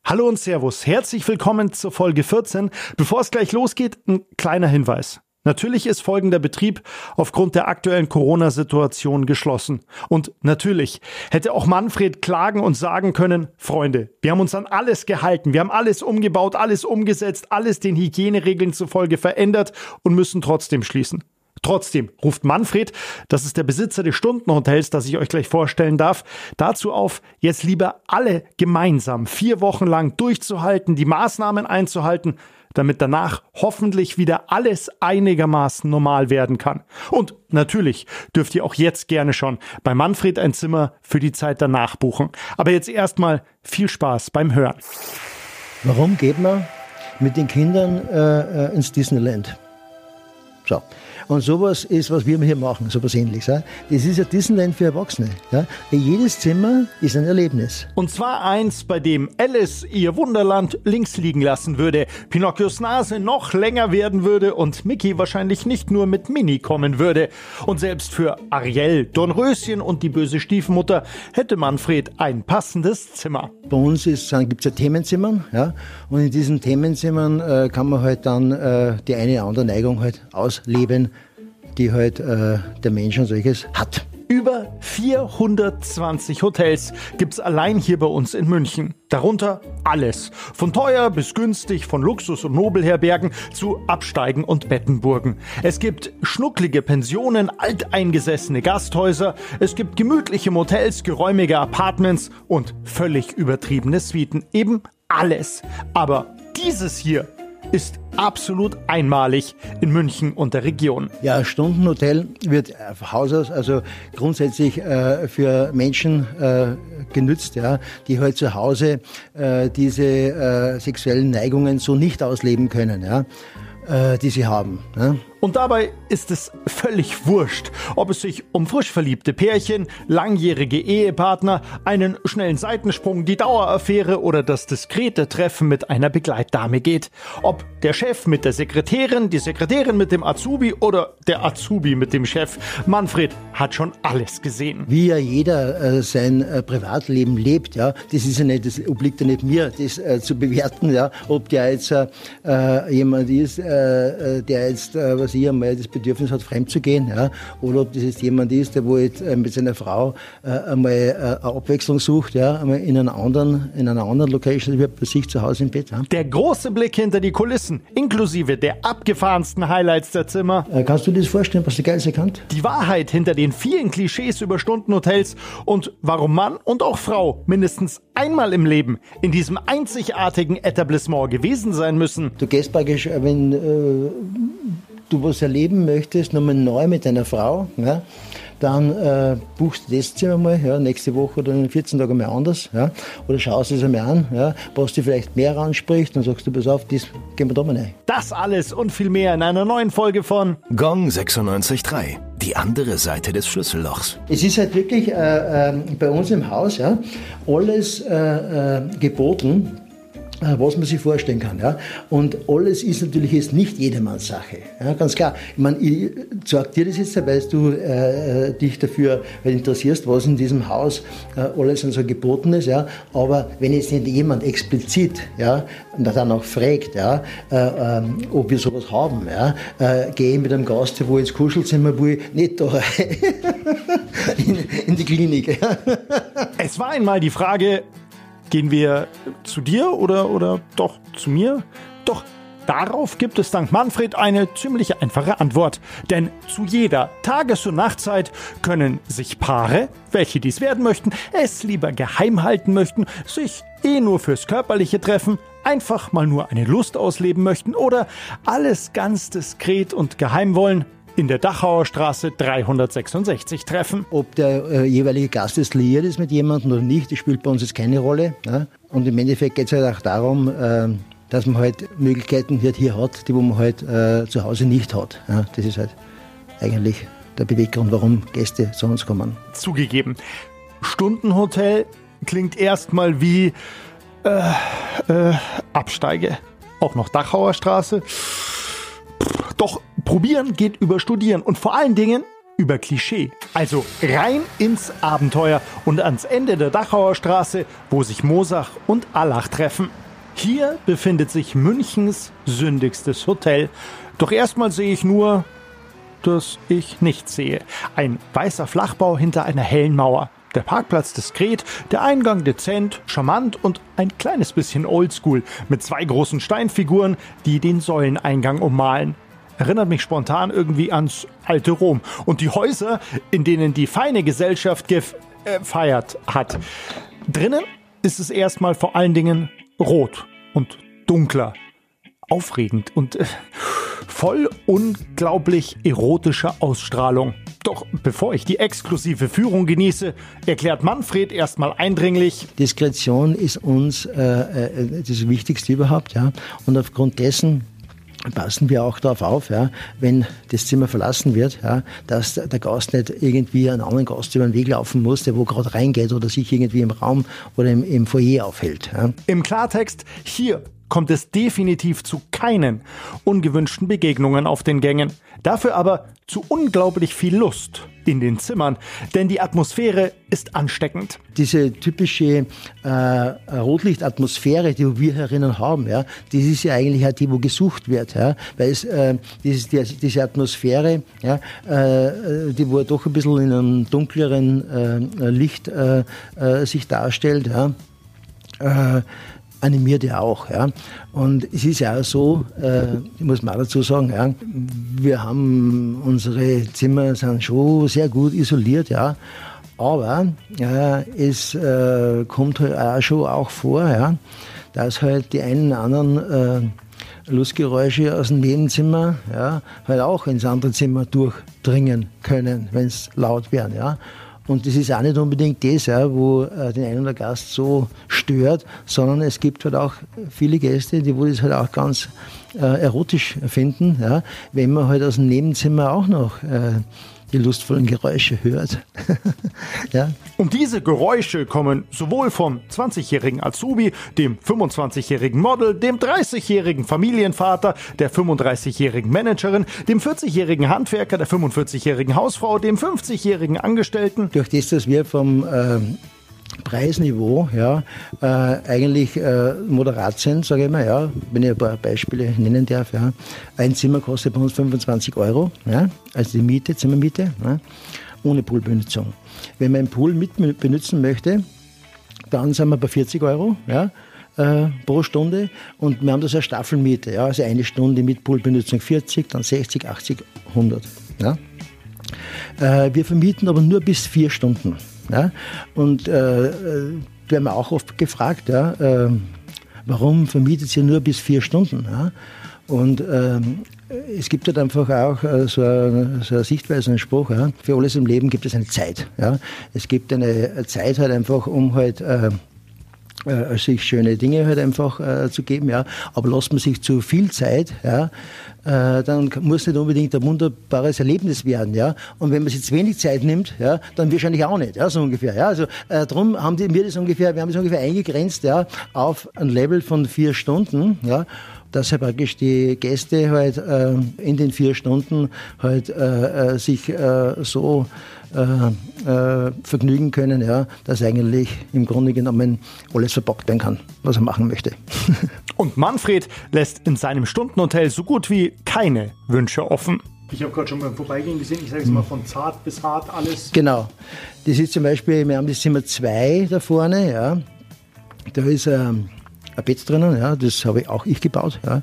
Hallo und Servus, herzlich willkommen zur Folge 14. Bevor es gleich losgeht, ein kleiner Hinweis. Natürlich ist folgender Betrieb aufgrund der aktuellen Corona-Situation geschlossen. Und natürlich hätte auch Manfred klagen und sagen können, Freunde, wir haben uns an alles gehalten, wir haben alles umgebaut, alles umgesetzt, alles den Hygieneregeln zufolge verändert und müssen trotzdem schließen. Trotzdem ruft Manfred, das ist der Besitzer des Stundenhotels, das ich euch gleich vorstellen darf, dazu auf, jetzt lieber alle gemeinsam 4 Wochen lang durchzuhalten, die Maßnahmen einzuhalten, damit danach hoffentlich wieder alles einigermaßen normal werden kann. Und natürlich dürft ihr auch jetzt gerne schon bei Manfred ein Zimmer für die Zeit danach buchen. Aber jetzt erstmal viel Spaß beim Hören. Warum geht man mit den Kindern ins Disneyland? So. Und sowas ist, was wir hier machen, sowas Ähnliches. Ja? Das ist ja Disneyland für Erwachsene. Ja? Jedes Zimmer ist ein Erlebnis. Und zwar eins, bei dem Alice ihr Wunderland links liegen lassen würde, Pinocchios Nase noch länger werden würde und Mickey wahrscheinlich nicht nur mit Minnie kommen würde. Und selbst für Ariel, Dornröschen und die böse Stiefmutter hätte Manfred ein passendes Zimmer. Bei uns gibt es ja Themenzimmer. Ja? Und in diesen Themenzimmern kann man halt dann die eine oder andere Neigung halt ausleben, die halt der Mensch und solches hat. Über 420 Hotels gibt's allein hier bei uns in München. Darunter alles. Von teuer bis günstig, von Luxus- und Nobelherbergen zu Absteigen und Bettenburgen. Es gibt schnucklige Pensionen, alteingesessene Gasthäuser. Es gibt gemütliche Motels, geräumige Apartments und völlig übertriebene Suiten. Eben alles. Aber dieses hier ist absolut einmalig in München und der Region. Ja, Stundenhotel wird von Haus aus, also grundsätzlich für Menschen genützt, ja, die halt zu Hause diese sexuellen Neigungen so nicht ausleben können, ja, die sie haben. Ja. Und dabei ist es völlig wurscht, ob es sich um frisch verliebte Pärchen, langjährige Ehepartner, einen schnellen Seitensprung, die Daueraffäre oder das diskrete Treffen mit einer Begleitdame geht. Ob der Chef mit der Sekretärin, die Sekretärin mit dem Azubi oder der Azubi mit dem Chef. Manfred hat schon alles gesehen. Wie ja jeder sein Privatleben lebt, ja, das ist ja nicht, das obliegt ja nicht mir, das zu bewerten, ja, ob der jetzt jemand ist, der jetzt einmal das Bedürfnis hat, fremd zu gehen, ja, oder ob das jetzt jemand ist, der wo jetzt mit seiner Frau einmal eine Abwechslung sucht, ja, einmal in einer anderen Location, wie bei sich zu Hause im Bett. Ja. Der große Blick hinter die Kulissen, inklusive der abgefahrensten Highlights der Zimmer. Kannst du dir das vorstellen, was du Geiles erkannt? Die Wahrheit hinter den vielen Klischees über Stundenhotels und warum Mann und auch Frau mindestens einmal im Leben in diesem einzigartigen Etablissement gewesen sein müssen. Du gehst praktisch, wenn du was erleben möchtest, nochmal neu mit deiner Frau, ja, dann buchst du das Zimmer mal, ja, nächste Woche oder in 14 Tagen mal anders, ja, oder schaust es einmal an, ja, was dir vielleicht mehr anspricht, dann sagst du, pass auf, das gehen wir da mal rein. Das alles und viel mehr in einer neuen Folge von Gong 96.3, die andere Seite des Schlüssellochs. Es ist halt wirklich bei uns im Haus, ja, alles geboten, was man sich vorstellen kann. Ja. Und alles ist natürlich jetzt nicht jedermanns Sache. Ja, ganz klar. Ich meine, ich sage dir das jetzt, weil du dich dafür interessierst, was in diesem Haus alles so geboten ist. Ja. Aber wenn jetzt nicht jemand explizit, ja, dann auch fragt, ja, ob wir sowas haben, ja, gehe ich mit einem Gast, wo ins Kuschelzimmer will, nicht da rein. in die Klinik. Ja. Es war einmal die Frage, gehen wir zu dir oder doch zu mir? Doch darauf gibt es dank Manfred eine ziemlich einfache Antwort. Denn zu jeder Tages- und Nachtzeit können sich Paare, welche dies werden möchten, es lieber geheim halten möchten, sich nur fürs Körperliche treffen, einfach mal nur eine Lust ausleben möchten oder alles ganz diskret und geheim wollen, in der Dachauer Straße 366 treffen. Ob der jeweilige Gast jetzt liiert ist mit jemandem oder nicht, das spielt bei uns jetzt keine Rolle. Ja? Und im Endeffekt geht es halt auch darum, dass man halt Möglichkeiten hier hat, die man halt zu Hause nicht hat. Ja? Das ist halt eigentlich der Beweggrund, warum Gäste zu uns kommen. Zugegeben, Stundenhotel klingt erstmal wie Absteige. Auch noch Dachauer Straße. Doch probieren geht über studieren. Und vor allen Dingen über Klischee. Also rein ins Abenteuer und ans Ende der Dachauer Straße, wo sich Moosach und Allach treffen. Hier befindet sich Münchens sündigstes Hotel. Doch erstmal sehe ich nur, dass ich nichts sehe. Ein weißer Flachbau hinter einer hellen Mauer. Der Parkplatz diskret, der Eingang dezent, charmant und ein kleines bisschen oldschool mit 2 großen Steinfiguren, die den Säuleneingang ummalen. Erinnert mich spontan irgendwie ans alte Rom und die Häuser, in denen die feine Gesellschaft gefeiert hat. Drinnen ist es erstmal vor allen Dingen rot und dunkler, aufregend und voll unglaublich erotischer Ausstrahlung. Doch bevor ich die exklusive Führung genieße, erklärt Manfred erstmal eindringlich: Diskretion ist uns das Wichtigste überhaupt, ja. Und aufgrund dessen passen wir auch darauf auf, ja, wenn das Zimmer verlassen wird, ja, dass der Gast nicht irgendwie einen anderen Gast über den Weg laufen muss, der wo gerade reingeht oder sich irgendwie im Raum oder im Foyer aufhält. Ja. Im Klartext, hier kommt es definitiv zu keinen ungewünschten Begegnungen auf den Gängen. Dafür aber zu unglaublich viel Lust in den Zimmern, denn die Atmosphäre ist ansteckend. Diese typische Rotlichtatmosphäre, die wir herinnen haben, ja, das ist ja eigentlich auch die, wo gesucht wird, ja, weil es diese Atmosphäre, ja, die wo doch ein bisschen in einem dunkleren Licht sich darstellt, ja, animiert ja auch. Ja. Und es ist ja auch so, muss man auch dazu sagen, ja, wir haben unsere Zimmer sind schon sehr gut isoliert, ja. Aber es kommt halt auch schon auch vor, ja, dass halt die einen oder anderen Lustgeräusche aus dem Nebenzimmer, ja, halt auch ins andere Zimmer durchdringen können, wenn es laut werden. Ja. Und das ist auch nicht unbedingt das, ja, wo den einen oder Gast so stört, sondern es gibt halt auch viele Gäste, die das halt auch ganz erotisch finden, ja, wenn man halt aus dem Nebenzimmer auch noch die lustvollen Geräusche hört. Ja. Und diese Geräusche kommen sowohl vom 20-jährigen Azubi, dem 25-jährigen Model, dem 30-jährigen Familienvater, der 35-jährigen Managerin, dem 40-jährigen Handwerker, der 45-jährigen Hausfrau, dem 50-jährigen Angestellten. Durch das, dass wir vom Preisniveau, ja, eigentlich moderat sind, sage ich mal, ja, wenn ich ein paar Beispiele nennen darf, ja. Ein Zimmer kostet bei uns 25 €, ja, also die Miete, Zimmermiete, ja, ohne Poolbenutzung. Wenn man einen Pool mit benutzen möchte, dann sind wir bei 40 €, ja, pro Stunde, und wir haben das als Staffelmiete, ja, also eine Stunde mit Poolbenutzung 40, dann 60, 80, 100. Ja. Wir vermieten aber nur bis 4 Stunden. Ja, und werden wir auch oft gefragt, ja, warum vermietet ihr nur bis 4 Stunden? Ja? Und es gibt halt einfach auch so eine Sichtweise, einen Spruch, ja? Für alles im Leben gibt es eine Zeit. Ja? Es gibt eine Zeit halt einfach, um halt sich schöne Dinge halt einfach zu geben, ja. Aber lässt man sich zu viel Zeit, ja, dann muss nicht unbedingt ein wunderbares Erlebnis werden, ja. Und wenn man sich zu wenig Zeit nimmt, ja, dann wahrscheinlich auch nicht, ja, so ungefähr, ja. Also darum haben wir das ungefähr eingegrenzt, ja, auf ein Level von 4 Stunden, ja. Dass halt praktisch die Gäste halt in den 4 Stunden halt sich so vergnügen können, ja, dass eigentlich im Grunde genommen alles verpackt werden kann, was er machen möchte. Und Manfred lässt in seinem Stundenhotel so gut wie keine Wünsche offen. Ich habe gerade schon beim Vorbeigehen gesehen, ich sage es mal von zart bis hart alles. Genau. Das ist zum Beispiel, wir haben das Zimmer 2 da vorne, ja. Da ist ein Bett drinnen, ja, das habe auch ich gebaut. Ja.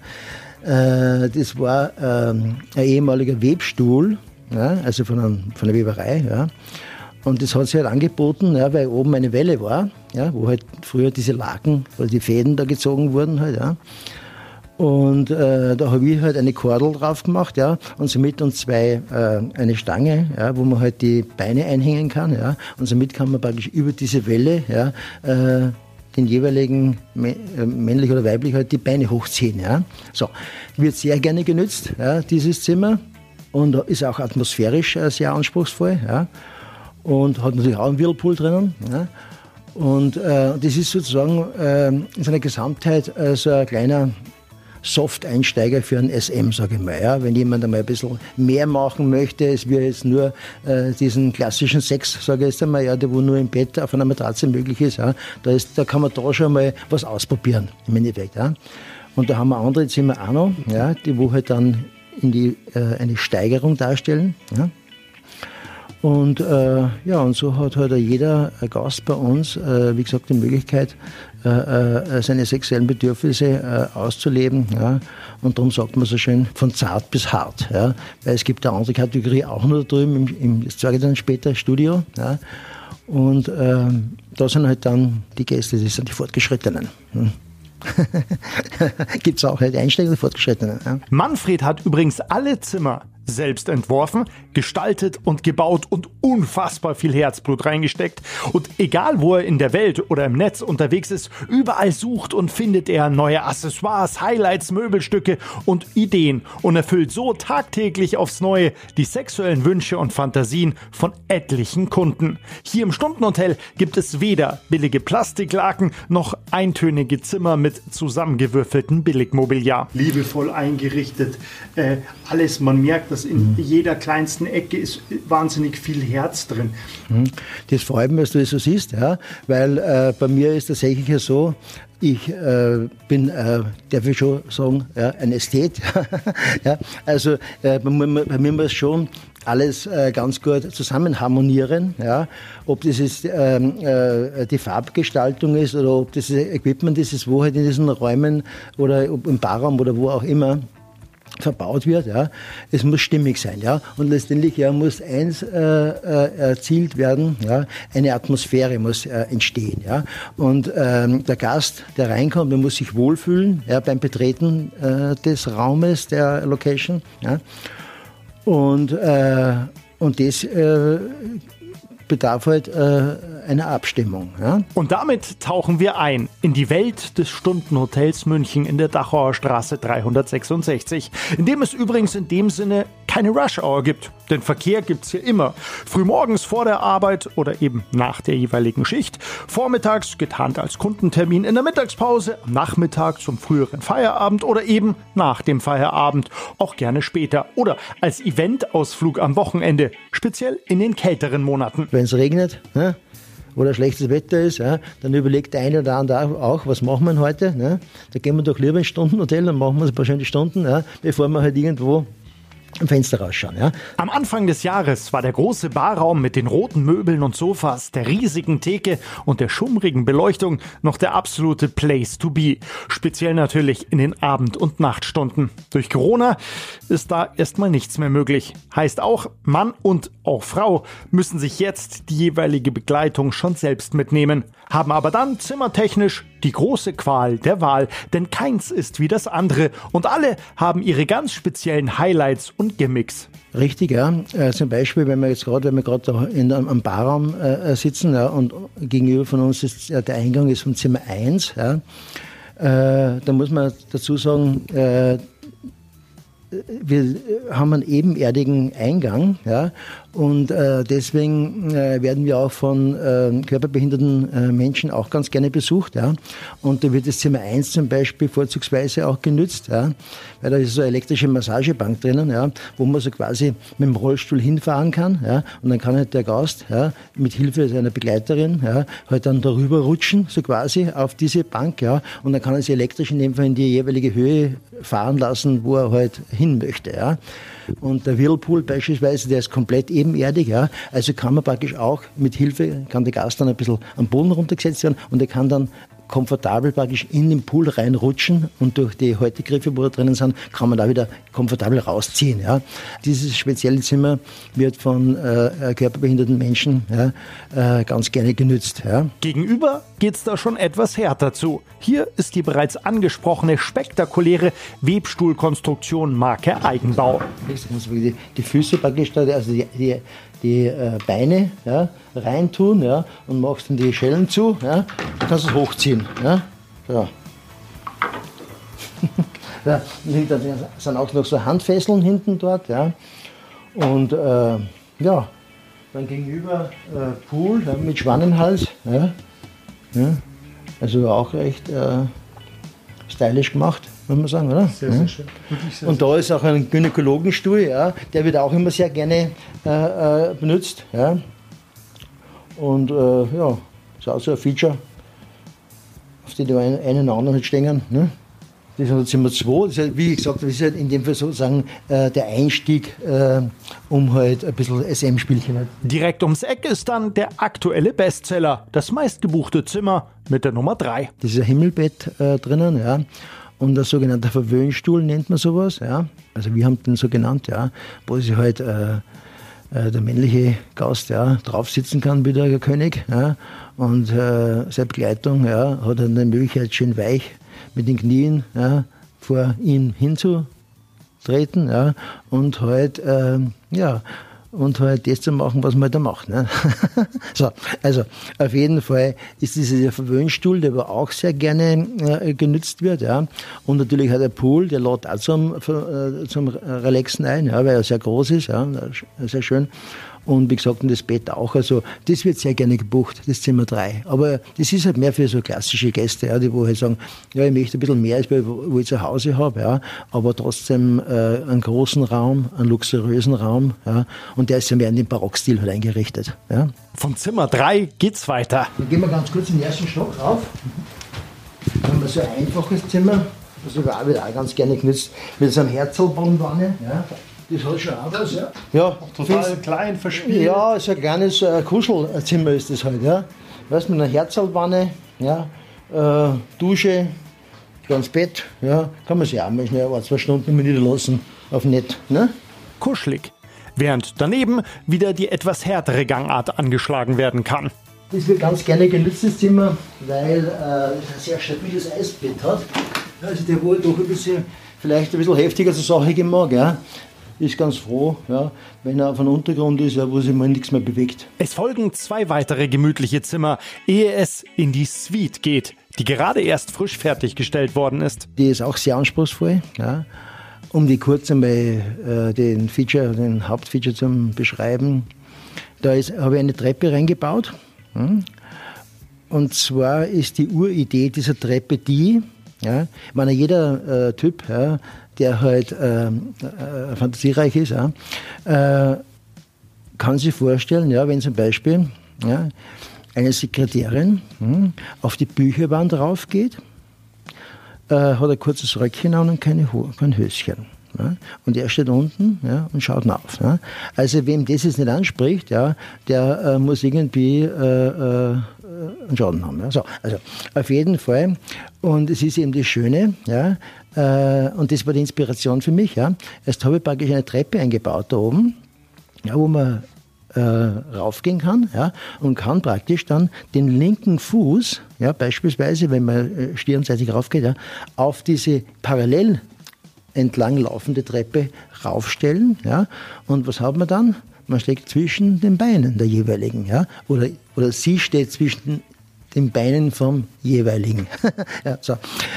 Das war ein ehemaliger Webstuhl, ja, also von der Weberei. Ja. Und das hat sich halt angeboten, ja, weil oben eine Welle war, ja, wo halt früher diese Laken oder die Fäden da gezogen wurden. Halt, ja. Und da habe ich halt eine Kordel drauf gemacht, ja, und somit eine Stange, ja, wo man halt die Beine einhängen kann. Ja. Und somit kann man praktisch über diese Welle, ja, den jeweiligen, männlich oder weiblich, halt die Beine hochziehen. Ja. So, wird sehr gerne genützt, ja, dieses Zimmer, und ist auch atmosphärisch sehr anspruchsvoll, ja, und hat natürlich auch einen Whirlpool drinnen. Ja. Und das ist sozusagen in seiner Gesamtheit so ein kleiner Soft-Einsteiger für ein SM, sage ich mal. Ja. Wenn jemand einmal ein bisschen mehr machen möchte, es wird jetzt nur diesen klassischen Sex, sage ich jetzt einmal, ja, der wo nur im Bett auf einer Matratze möglich ist, ja, da kann man da schon mal was ausprobieren, im Endeffekt. Ja. Und da haben wir andere Zimmer auch noch, ja, die wo halt dann eine Steigerung darstellen. Ja. Und und so hat halt jeder Gast bei uns, wie gesagt, die Möglichkeit, seine sexuellen Bedürfnisse auszuleben. Ja. Und darum sagt man so schön, von zart bis hart. Ja. Weil es gibt eine andere Kategorie auch noch da drüben, das zeige ich dann später, Studio. Ja. Und da sind halt dann die Gäste, das sind die Fortgeschrittenen. Gibt es auch halt Einsteiger und Fortgeschrittene. Ja. Manfred hat übrigens alle Zimmer selbst entworfen, gestaltet und gebaut und unfassbar viel Herzblut reingesteckt. Und egal, wo er in der Welt oder im Netz unterwegs ist, überall sucht und findet er neue Accessoires, Highlights, Möbelstücke und Ideen und erfüllt so tagtäglich aufs Neue die sexuellen Wünsche und Fantasien von etlichen Kunden. Hier im Stundenhotel gibt es weder billige Plastiklaken noch eintönige Zimmer mit zusammengewürfeltem Billigmobiliar. Liebevoll eingerichtet, alles, man merkt, dass in jeder kleinsten Ecke ist wahnsinnig viel Herz drin. Das freut mich, dass du das so siehst, ja, weil bei mir ist tatsächlich ja so, ich bin, darf ich schon sagen, ja, ein Ästhet. Ja, also bei mir muss schon alles ganz gut zusammen harmonieren. Ja. Ob das jetzt die Farbgestaltung ist oder ob das Equipment ist, wo halt in diesen Räumen oder im Barraum oder wo auch immer verbaut wird, ja, es muss stimmig sein, ja, und letztendlich ja muss eins erzielt werden, ja, eine Atmosphäre muss entstehen, ja, und der Gast, der reinkommt, der muss sich wohlfühlen, ja, beim Betreten des Raumes, der Location, ja, und das bedarf halt einer Abstimmung. Ja? Und damit tauchen wir ein in die Welt des Stundenhotels München in der Dachauer Straße 366, in dem es übrigens in dem Sinne keine Rush-Hour gibt. Denn Verkehr gibt's hier immer. Frühmorgens vor der Arbeit oder eben nach der jeweiligen Schicht. Vormittags getarnt als Kundentermin, in der Mittagspause, am Nachmittag zum früheren Feierabend oder eben nach dem Feierabend, auch gerne später. Oder als Eventausflug am Wochenende, speziell in den kälteren Monaten. Wenn es regnet, ne? Oder schlechtes Wetter ist, ja, dann überlegt der eine oder andere auch, was machen wir heute? Ne? Da gehen wir doch lieber ins Stundenhotel und machen wir ein paar schöne Stunden, ja, bevor wir halt irgendwo am Fenster rausschauen. Ja. Am Anfang des Jahres war der große Barraum mit den roten Möbeln und Sofas, der riesigen Theke und der schummrigen Beleuchtung noch der absolute Place to be. Speziell natürlich in den Abend- und Nachtstunden. Durch Corona ist da erstmal nichts mehr möglich. Heißt auch, Mann und auch Frau müssen sich jetzt die jeweilige Begleitung schon selbst mitnehmen. Haben aber dann zimmertechnisch die große Qual der Wahl, denn keins ist wie das andere und alle haben ihre ganz speziellen Highlights und Gimmicks. Richtig, ja. Zum Beispiel, wenn wir gerade da am Barraum sitzen, ja, und gegenüber von uns ist der Eingang ist vom Zimmer 1, ja, da muss man dazu sagen, wir haben einen ebenerdigen Eingang, ja, und deswegen werden wir auch von körperbehinderten Menschen auch ganz gerne besucht, ja. Und da wird das Zimmer 1 zum Beispiel vorzugsweise auch genützt, ja, weil da ist so eine elektrische Massagebank drinnen, ja, wo man so quasi mit dem Rollstuhl hinfahren kann, ja, und dann kann halt der Gast, ja, mit Hilfe seiner Begleiterin, ja, halt dann darüber rutschen, so quasi auf diese Bank, ja, und dann kann er sich elektrisch in dem Fall in die jeweilige Höhe fahren lassen, wo er halt hin möchte, ja. Und der Whirlpool beispielsweise, der ist komplett ebenerdig, ja. Also kann man praktisch auch mit Hilfe, kann der Gast dann ein bisschen am Boden runtergesetzt werden und er kann dann komfortabel praktisch in den Pool reinrutschen und durch die Haltegriffe, wo da drinnen sind, kann man da wieder komfortabel rausziehen. Ja. Dieses spezielle Zimmer wird von körperbehinderten Menschen, ja, ganz gerne genützt. Ja. Gegenüber geht's da schon etwas härter zu. Hier ist die bereits angesprochene spektakuläre Webstuhlkonstruktion Marke Eigenbau. Die Füße praktisch, also die Beine, ja, reintun, ja, und machst dann die Schellen zu, ja, dann kannst du es hochziehen. Ja. So. Ja, da sind auch noch so Handfesseln hinten dort. Ja. Und ja, dann gegenüber Pool, ja, mit Schwannenhals. Ja. Ja. Also auch recht stylisch gemacht. muss man sagen, oder? Sehr, sehr schön. Wirklich sehr, und da ist auch ein Gynäkologenstuhl, ja, der wird auch immer sehr gerne benutzt. Ja. Und ja, ist auch so ein Feature, auf die einen oder anderen halt stehen. Ne? Das ist Zimmer 2, das ist, wie gesagt, das ist halt in dem Fall sozusagen der Einstieg, um halt ein bisschen SM-Spielchen halt. Direkt ums Eck ist dann der aktuelle Bestseller, das meistgebuchte Zimmer mit der Nummer 3. Das ist ein Himmelbett drinnen, ja. Und ein sogenannter Verwöhnstuhl nennt man sowas, ja. Also wir haben den so genannt, ja, wo sich halt der männliche Gast ja, drauf sitzen kann wie der König. Ja. Und seine Begleitung ja, hat dann die Möglichkeit, schön weich mit den Knien ja, vor ihn hinzutreten ja, und halt, und halt das zu machen, was man da macht. Ne? So, also auf jeden Fall ist dieser Verwöhnstuhl, der aber auch sehr gerne genutzt wird. Ja. Und natürlich hat der Pool, der lädt auch zum Relaxen ein, ja, weil er sehr groß ist, ja, sehr schön. Und wie gesagt, das Bett auch. Also das wird sehr gerne gebucht, das Zimmer 3. Aber das ist halt mehr für so klassische Gäste, ja, die wo halt sagen, ja, ich möchte ein bisschen mehr, als wo ich zu Hause habe, ja, aber trotzdem einen großen Raum, einen luxuriösen Raum. Ja, und der ist ja mehr in den Barockstil halt eingerichtet. Ja. Von Zimmer 3 geht's weiter. Dann gehen wir ganz kurz in den ersten Stock rauf. Dann haben wir so ein einfaches Zimmer, das wird auch ganz gerne genutzt, mit so einem Herzlbaumwanne. Ja. Das hat schon auch was, ja. Ja, total klein, verspielt. Ja, so ein kleines Kuschelzimmer ist das halt, ja. Weißt, mit einer Herzlwanne, ja, Dusche, ganz Bett, ja. Kann man sich auch mal schnell 2 Stunden niederlassen auf nett, ne? Kuschelig. Während daneben wieder die etwas härtere Gangart angeschlagen werden kann. Das wird ganz gerne genutzt, das Zimmer, weil es ein sehr stabiles Eisbett hat. Also der wurde doch vielleicht ein bisschen heftiger zur Sache gemacht, ja. Ist ganz froh, ja, wenn er auf einem Untergrund ist, ja, wo sich mal nichts mehr bewegt. Es folgen 2 weitere gemütliche Zimmer, ehe es in die Suite geht, die gerade erst frisch fertiggestellt worden ist. Die ist auch sehr anspruchsvoll, ja. Um die kurz einmal den Hauptfeature zu beschreiben, habe ich eine Treppe reingebaut. Und zwar ist die Uridee dieser Treppe die, ja, ich meine, jeder Typ, ja, der halt fantasiereich ist, ja, kann sich vorstellen, ja, wenn zum Beispiel ja, eine Sekretärin auf die Bücherwand raufgeht, hat ein kurzes Röckchen an und kein Höschen. Ja, und er steht unten ja, und schaut nach. Ja. Also wem das jetzt nicht anspricht, ja, der muss irgendwie einen Schaden haben. Ja. So, also auf jeden Fall. Und es ist eben das Schöne, ja, und das war die Inspiration für mich. Ja. Erst habe ich praktisch eine Treppe eingebaut da oben, ja, wo man raufgehen kann, ja, und kann praktisch dann den linken Fuß, ja, beispielsweise, wenn man stirnseitig raufgeht, ja, auf diese parallel entlang laufende Treppe raufstellen, ja, und was hat man dann? Man steht zwischen den Beinen der jeweiligen, ja, oder sie steht zwischen den Beinen vom jeweiligen. Ja, so.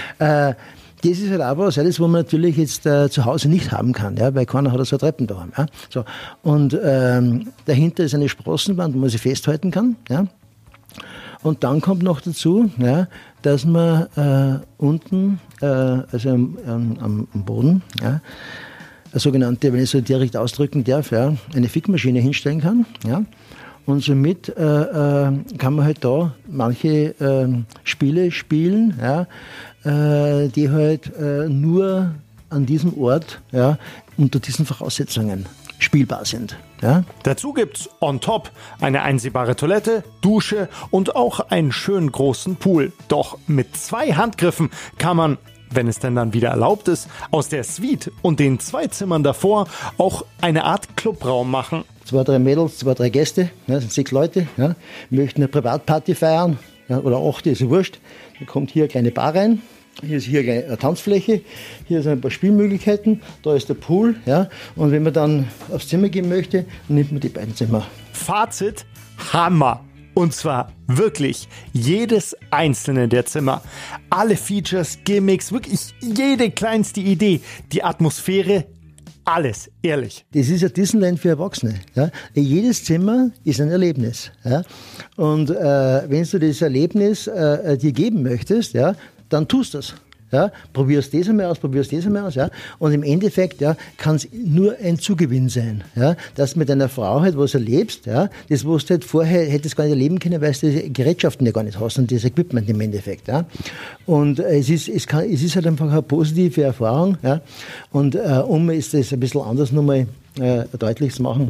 Das ist halt auch was, das, wo man natürlich jetzt zu Hause nicht haben kann, ja, weil keiner hat so Treppen da. Ja. So. Und dahinter ist eine Sprossenwand, wo man sie festhalten kann. Ja. Und dann kommt noch dazu, ja, dass man unten, also am Boden, ja, eine sogenannte, wenn ich so direkt ausdrücken darf, ja, eine Fickmaschine hinstellen kann. Ja. Und somit kann man halt da manche Spiele spielen, ja, die halt nur an diesem Ort, ja, unter diesen Voraussetzungen spielbar sind. Ja. Dazu gibt's on top eine einsehbare Toilette, Dusche und auch einen schönen großen Pool. Doch mit 2 Handgriffen kann man, wenn es denn dann wieder erlaubt ist, aus der Suite und den 2 Zimmern davor auch eine Art Clubraum machen. 2, 3 Mädels, 2, 3 Gäste, ja, sind 6 Leute, ja, möchten eine Privatparty feiern, ja, oder 8, ist ja wurscht. Dann kommt hier eine kleine Bar rein. Hier ist eine Tanzfläche, hier sind ein paar Spielmöglichkeiten, da ist der Pool. Ja, und wenn man dann aufs Zimmer gehen möchte, dann nimmt man die beiden Zimmer. Fazit, Hammer! Und zwar wirklich jedes einzelne der Zimmer. Alle Features, Gimmicks, wirklich jede kleinste Idee, die Atmosphäre, alles, ehrlich. Das ist ja Disneyland für Erwachsene. Ja? Jedes Zimmer ist ein Erlebnis. Ja? Und wenn du das Erlebnis dir geben möchtest, ja, dann tust du das. ja, probierst das einmal aus, ja, und im Endeffekt, ja, kann es nur ein Zugewinn sein, ja, dass du mit einer Frau halt was erlebst, ja, das, was du halt vorher hättest gar nicht erleben können, weil du diese Gerätschaften ja gar nicht hast und das Equipment im Endeffekt, ja. Und es ist halt einfach eine positive Erfahrung, ja, und um es das ein bisschen anders nochmal deutlich zu machen,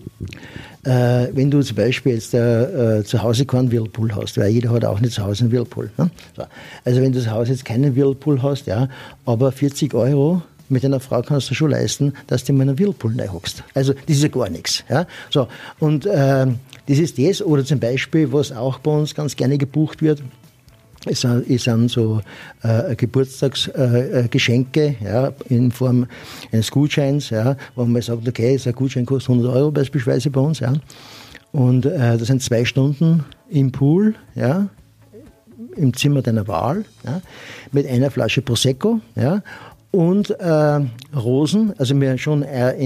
wenn du zum Beispiel jetzt zu Hause keinen Whirlpool hast, weil jeder hat auch nicht zu Hause einen Whirlpool. Ne? So. Also wenn du zu Hause jetzt keinen Whirlpool hast, ja, aber 40 Euro mit einer Frau kannst du schon leisten, dass du in einen Whirlpool reinhockst. Also das ist ja gar nichts. Ja? So. Und das ist das, oder zum Beispiel, was auch bei uns ganz gerne gebucht wird, es sind so Geburtstagsgeschenke, ja, in Form eines Gutscheins, ja, wo man sagt, okay, so ein Gutschein kostet 100 Euro beispielsweise bei uns. Ja. Und das sind 2 Stunden im Pool, ja, im Zimmer deiner Wahl, ja, mit einer Flasche Prosecco, ja, und Rosen, also wir schon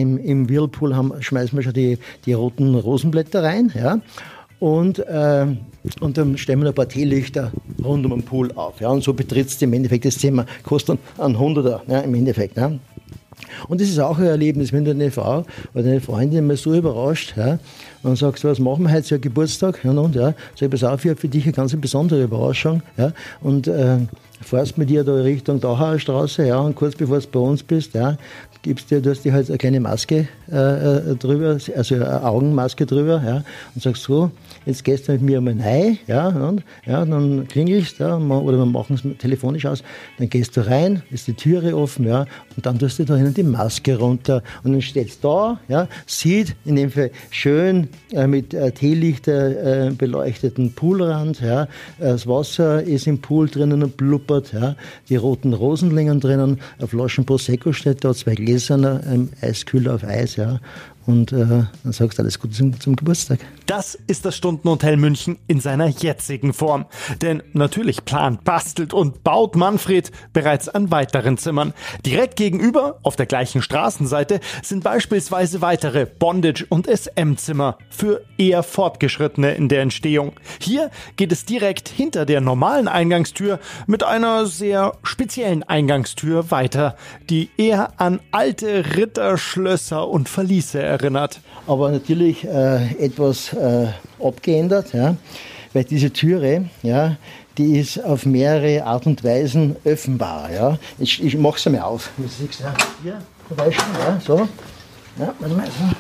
im Whirlpool schmeißen wir schon die roten Rosenblätter rein, ja. Und dann stellen wir ein paar Teelichter rund um den Pool auf. Ja, und so betrittst du im Endeffekt das Zimmer. Kostet dann 100er, ja, im Endeffekt. Ja. Und das ist auch ein Erlebnis, wenn du eine Frau oder eine Freundin mal so überrascht, ja, und sagst, was machen wir heute zu Geburtstag? Ja, und ja, sag ich, pass auf, ich habe für dich eine ganz besondere Überraschung. Ja, und fährst mit dir da Richtung Dachauer Straße, ja, und kurz bevor du bei uns bist, ja, du hast dir halt eine kleine Maske drüber, also eine Augenmaske drüber, ja, und sagst so, jetzt gehst du mit mir einmal rein, ja, und ja, dann klingelst, ja, oder wir machen es telefonisch aus, dann gehst du rein, ist die Türe offen, ja, und dann tust du da hinten die Maske runter und dann steht's da, ja, sieht in dem Fall schön mit Teelichter beleuchteten Poolrand, ja, das Wasser ist im Pool drinnen und blubbert, ja, die roten Rosenlingen drinnen, eine Flasche Prosecco steht da, 2 Gläser, Eiskühler auf Eis, ja. Und dann sagst du alles Gute zum Geburtstag. Das ist das Stundenhotel München in seiner jetzigen Form. Denn natürlich plant, bastelt und baut Manfred bereits an weiteren Zimmern. Direkt gegenüber, auf der gleichen Straßenseite, sind beispielsweise weitere Bondage- und SM-Zimmer für eher Fortgeschrittene in der Entstehung. Hier geht es direkt hinter der normalen Eingangstür mit einer sehr speziellen Eingangstür weiter, die eher an alte Ritterschlösser und Verliese erinnert. Aber natürlich etwas abgeändert, ja, weil diese Türe, ja, die ist auf mehrere Art und Weisen öffnbar. Ja. Ich mache es einmal auf. Du siehst, ja, hier zum Beispiel, ja, so. Ja, warte mal, so.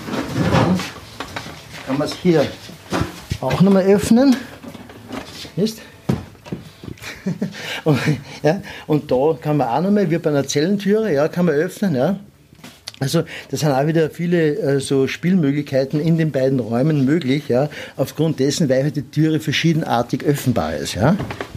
Ja. Kann man es hier auch nochmal öffnen. Siehst? Und, ja, und da kann man auch nochmal, wie bei einer Zellentüre, ja, kann man öffnen, ja. Also das sind auch wieder viele so Spielmöglichkeiten in den beiden Räumen möglich, ja, aufgrund dessen, weil halt die Türe verschiedenartig öffnbar ist. Ja.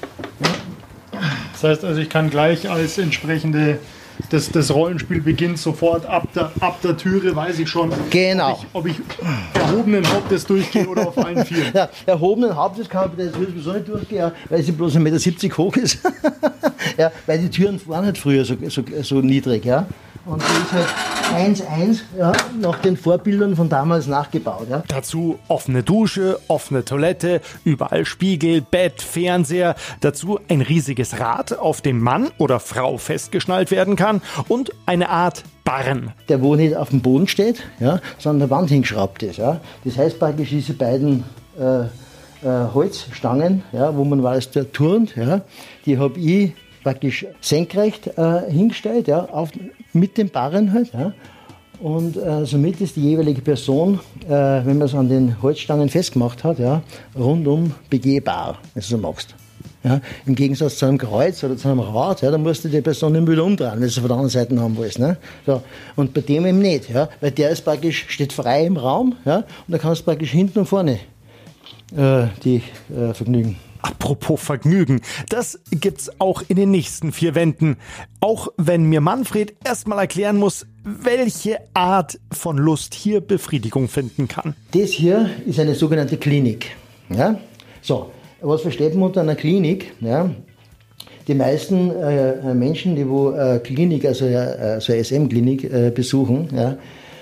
Das heißt also, ich kann gleich als entsprechende das Rollenspiel beginnt sofort ab der Türe, weiß ich schon, genau, ob ich erhobenen Hauptes durchgehe oder auf allen Vieren. Ja, erhobenen Hauptes kann man bei der Tür sowieso nicht durchgehen, ja, weil sie bloß 1,70 Meter hoch ist. Ja, weil die Türen waren halt früher so niedrig. Ja. Und die ist halt 1:1, ja, nach den Vorbildern von damals nachgebaut. Ja. Dazu offene Dusche, offene Toilette, überall Spiegel, Bett, Fernseher. Dazu ein riesiges Rad, auf dem Mann oder Frau festgeschnallt werden kann und eine Art Barren. Der wo nicht auf dem Boden steht, ja, sondern an der Wand hingeschraubt ist. Ja. Das heißt praktisch diese beiden Holzstangen, ja, wo man weiß, der turnt, ja, die habe ich praktisch senkrecht hingestellt, ja, mit dem Barren halt. Ja. Und somit ist die jeweilige Person, wenn man es an den Holzstangen festgemacht hat, ja, rundum begehbar, wenn du so magst. Ja. Im Gegensatz zu einem Kreuz oder zu einem Rad, ja, da musst du die Person immer wieder umdrehen, wenn du es von der anderen Seite haben willst. Ne. So. Und bei dem eben nicht, ja, weil der ist praktisch, steht frei im Raum, ja, und da kannst du praktisch hinten und vorne die vergnügen. Apropos Vergnügen, das gibt's auch in den nächsten 4 Wänden. Auch wenn mir Manfred erstmal erklären muss, welche Art von Lust hier Befriedigung finden kann. Das hier ist eine sogenannte Klinik. Ja? So, was versteht man unter einer Klinik? Ja? Die meisten Menschen, die wo Klinik, also so eine SM-Klinik besuchen, ja,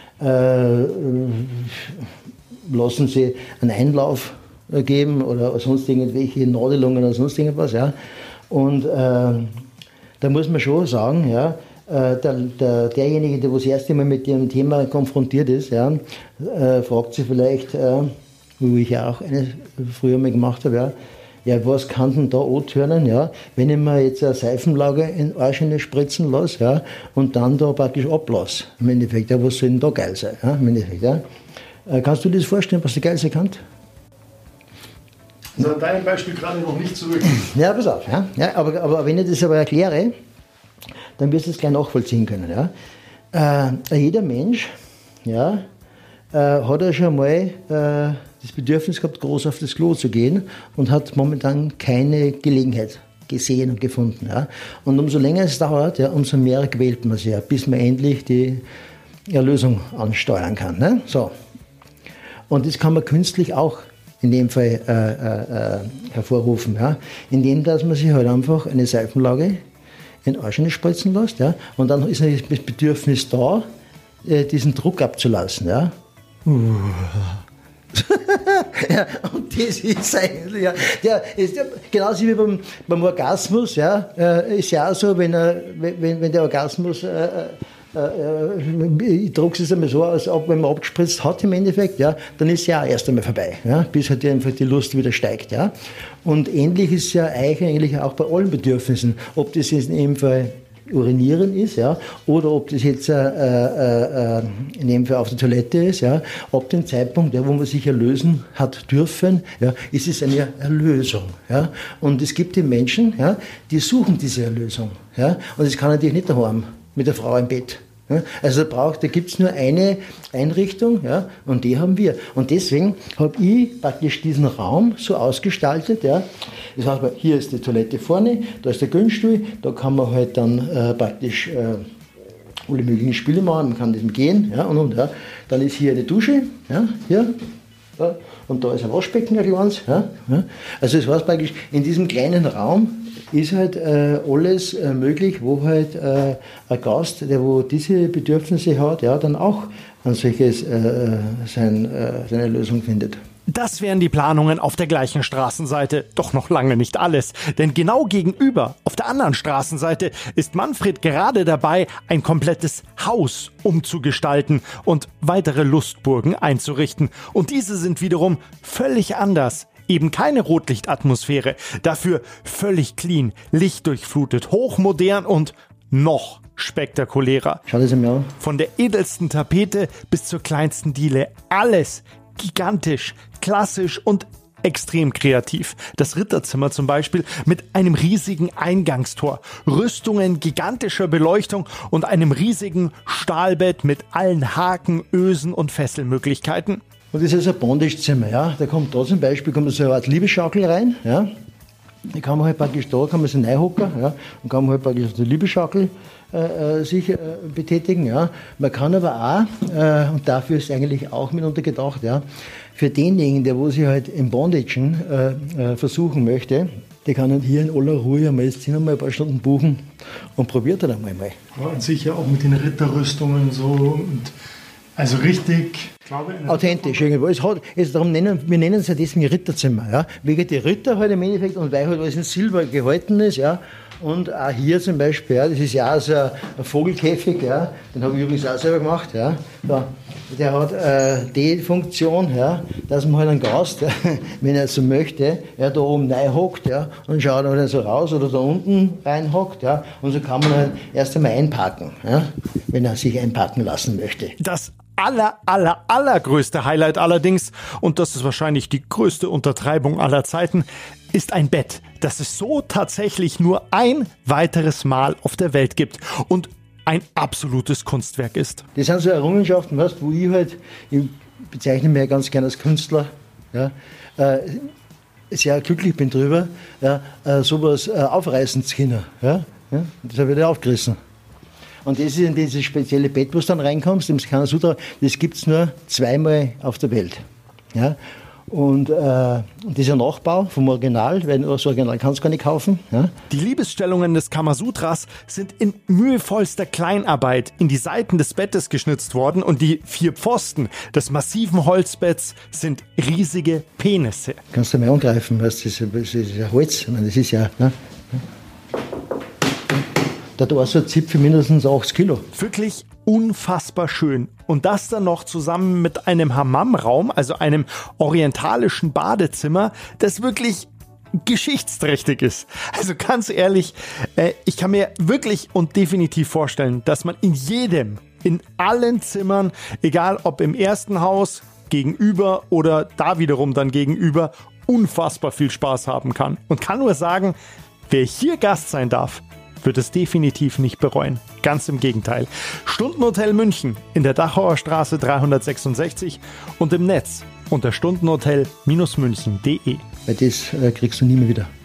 lassen sie einen Einlauf geben oder sonst irgendwelche Nadelungen oder sonst irgendwas. Ja. Und da muss man schon sagen, ja, derjenige, der das erste Mal mit dem Thema konfrontiert ist, ja, fragt sich vielleicht, wie ich auch früher mal gemacht habe, ja, was kann denn da antönen, ja, wenn ich mir jetzt eine Seifenlage in den Arsch spritzen lasse, ja, und dann da praktisch ablasse. Im Endeffekt, ja, was soll denn da geil sein? Ja, im Endeffekt, ja. Kannst du dir das vorstellen, was da geil sein kann? Also dein Beispiel gerade noch nicht zurück. Ja, pass auf. Ja, aber wenn ich das aber erkläre, dann wirst du es gleich nachvollziehen können. Ja. Jeder Mensch, ja, hat ja schon mal das Bedürfnis gehabt, groß auf das Klo zu gehen und hat momentan keine Gelegenheit gesehen und gefunden. Ja. Und umso länger es dauert, ja, umso mehr quält man sich, ja, bis man endlich die Erlösung ansteuern kann. Ne? So. Und das kann man künstlich auch in dem Fall hervorrufen, ja, indem dass man sich halt einfach eine Seifenlage in den Arsch spritzen lässt, ja, und dann ist das Bedürfnis da, diesen Druck abzulassen, ja. Ja, und das ist eigentlich, ja, ist ja genauso wie beim Orgasmus, ja, ist ja auch so, wenn der Orgasmus, ich drücke es einmal so aus, wenn man abgespritzt hat im Endeffekt, ja, dann ist es ja auch erst einmal vorbei, ja, bis halt einfach die Lust wieder steigt, ja. Und ähnlich ist es ja eigentlich auch bei allen Bedürfnissen, ob das jetzt in dem Fall Urinieren ist, ja, oder ob das jetzt in dem Fall auf der Toilette ist, ja, ab dem Zeitpunkt, ja, wo man sich erlösen hat dürfen, ja, ist es eine Erlösung, ja. Und es gibt die Menschen, ja, die suchen diese Erlösung, ja, und das kann natürlich nicht daheim mit der Frau im Bett. Ja, also da gibt es nur eine Einrichtung, ja, und die haben wir. Und deswegen habe ich praktisch diesen Raum so ausgestaltet. Ja. Das heißt, hier ist die Toilette vorne, da ist der Gönstuhl, da kann man halt dann praktisch alle möglichen Spiele machen, man kann das gehen. Ja, ja. Dann ist hier eine Dusche, ja, hier. Ja, und da ist ein Waschbecken, ein kleines. Ja, ja. Also das heißt praktisch, in diesem kleinen Raum ist halt alles möglich, wo halt ein Gast, der wo diese Bedürfnisse hat, ja, dann auch ein solches seine Lösung findet. Das wären die Planungen auf der gleichen Straßenseite. Doch noch lange nicht alles. Denn genau gegenüber, auf der anderen Straßenseite, ist Manfred gerade dabei, ein komplettes Haus umzugestalten und weitere Lustburgen einzurichten. Und diese sind wiederum völlig anders. Eben keine Rotlichtatmosphäre, dafür völlig clean, lichtdurchflutet, hochmodern und noch spektakulärer. Schau das mir an. Von der edelsten Tapete bis zur kleinsten Diele, alles gigantisch, klassisch und extrem kreativ. Das Ritterzimmer zum Beispiel mit einem riesigen Eingangstor, Rüstungen gigantischer Beleuchtung und einem riesigen Stahlbett mit allen Haken, Ösen und Fesselmöglichkeiten. Und das ist ein Bondagezimmer, ja. Da kommt da zum Beispiel so eine Art Liebesschaukel rein, ja. Da kann man halt praktisch da, kann man sich reinhocken, ja. Und kann man halt praktisch auf der Liebesschaukel sich betätigen, ja. Man kann aber auch, und dafür ist eigentlich auch mitunter gedacht, ja, für denjenigen, der wo sich halt im Bondagen versuchen möchte, der kann halt hier in aller Ruhe einmal jetzt ein paar Stunden buchen und probiert dann einmal. Ja, und sicher auch mit den Ritterrüstungen so und also richtig authentisch irgendwo. Wir nennen es ja deswegen Ritterzimmer, ja. Wegen die Ritter halt im Endeffekt und weil halt alles in Silber gehalten ist, ja. Und auch hier zum Beispiel, ja, das ist ja auch so ein Vogelkäfig, ja. Den habe ich übrigens auch selber gemacht, ja. So, der hat die Funktion, ja, dass man halt einen Gast, ja, wenn er so möchte, ja, da oben reinhockt, ja, und schaut halt so raus oder da unten reinhockt, ja. Und so kann man halt erst einmal einparken, ja, wenn er sich einparken lassen möchte. Das allergrößte Highlight allerdings, und das ist wahrscheinlich die größte Untertreibung aller Zeiten, ist ein Bett, das es so tatsächlich nur ein weiteres Mal auf der Welt gibt und ein absolutes Kunstwerk ist. Das sind so Errungenschaften, weißt, wo ich bezeichne mich ja ganz gerne als Künstler, ja, sehr glücklich bin drüber, ja, sowas aufreißen zu können. Ja, ja, das habe ich da aufgerissen. Und das ist in dieses spezielle Bett, wo du dann reinkommst, im Kamasutra, das gibt es nur zweimal auf der Welt. Ja? Und dieser Nachbau vom Original, weil das Original kannst du gar nicht kaufen. Ja? Die Liebesstellungen des Kamasutras sind in mühevollster Kleinarbeit in die Seiten des Bettes geschnitzt worden und die 4 Pfosten des massiven Holzbetts sind riesige Penisse. Kannst du mal angreifen, weißt, das ist ja Holz, ich meine, das ist ja... Ne? Da so ein Zipfel mindestens 80 Kilo. Wirklich unfassbar schön. Und das dann noch zusammen mit einem Hammamraum, also einem orientalischen Badezimmer, das wirklich geschichtsträchtig ist. Also ganz ehrlich, ich kann mir wirklich und definitiv vorstellen, dass man in allen Zimmern, egal ob im ersten Haus, gegenüber oder da wiederum dann gegenüber, unfassbar viel Spaß haben kann. Und kann nur sagen, wer hier Gast sein darf, wird es definitiv nicht bereuen. Ganz im Gegenteil. Stundenhotel München in der Dachauer Straße 366 und im Netz unter stundenhotel-münchen.de. Weil das kriegst du nie mehr wieder.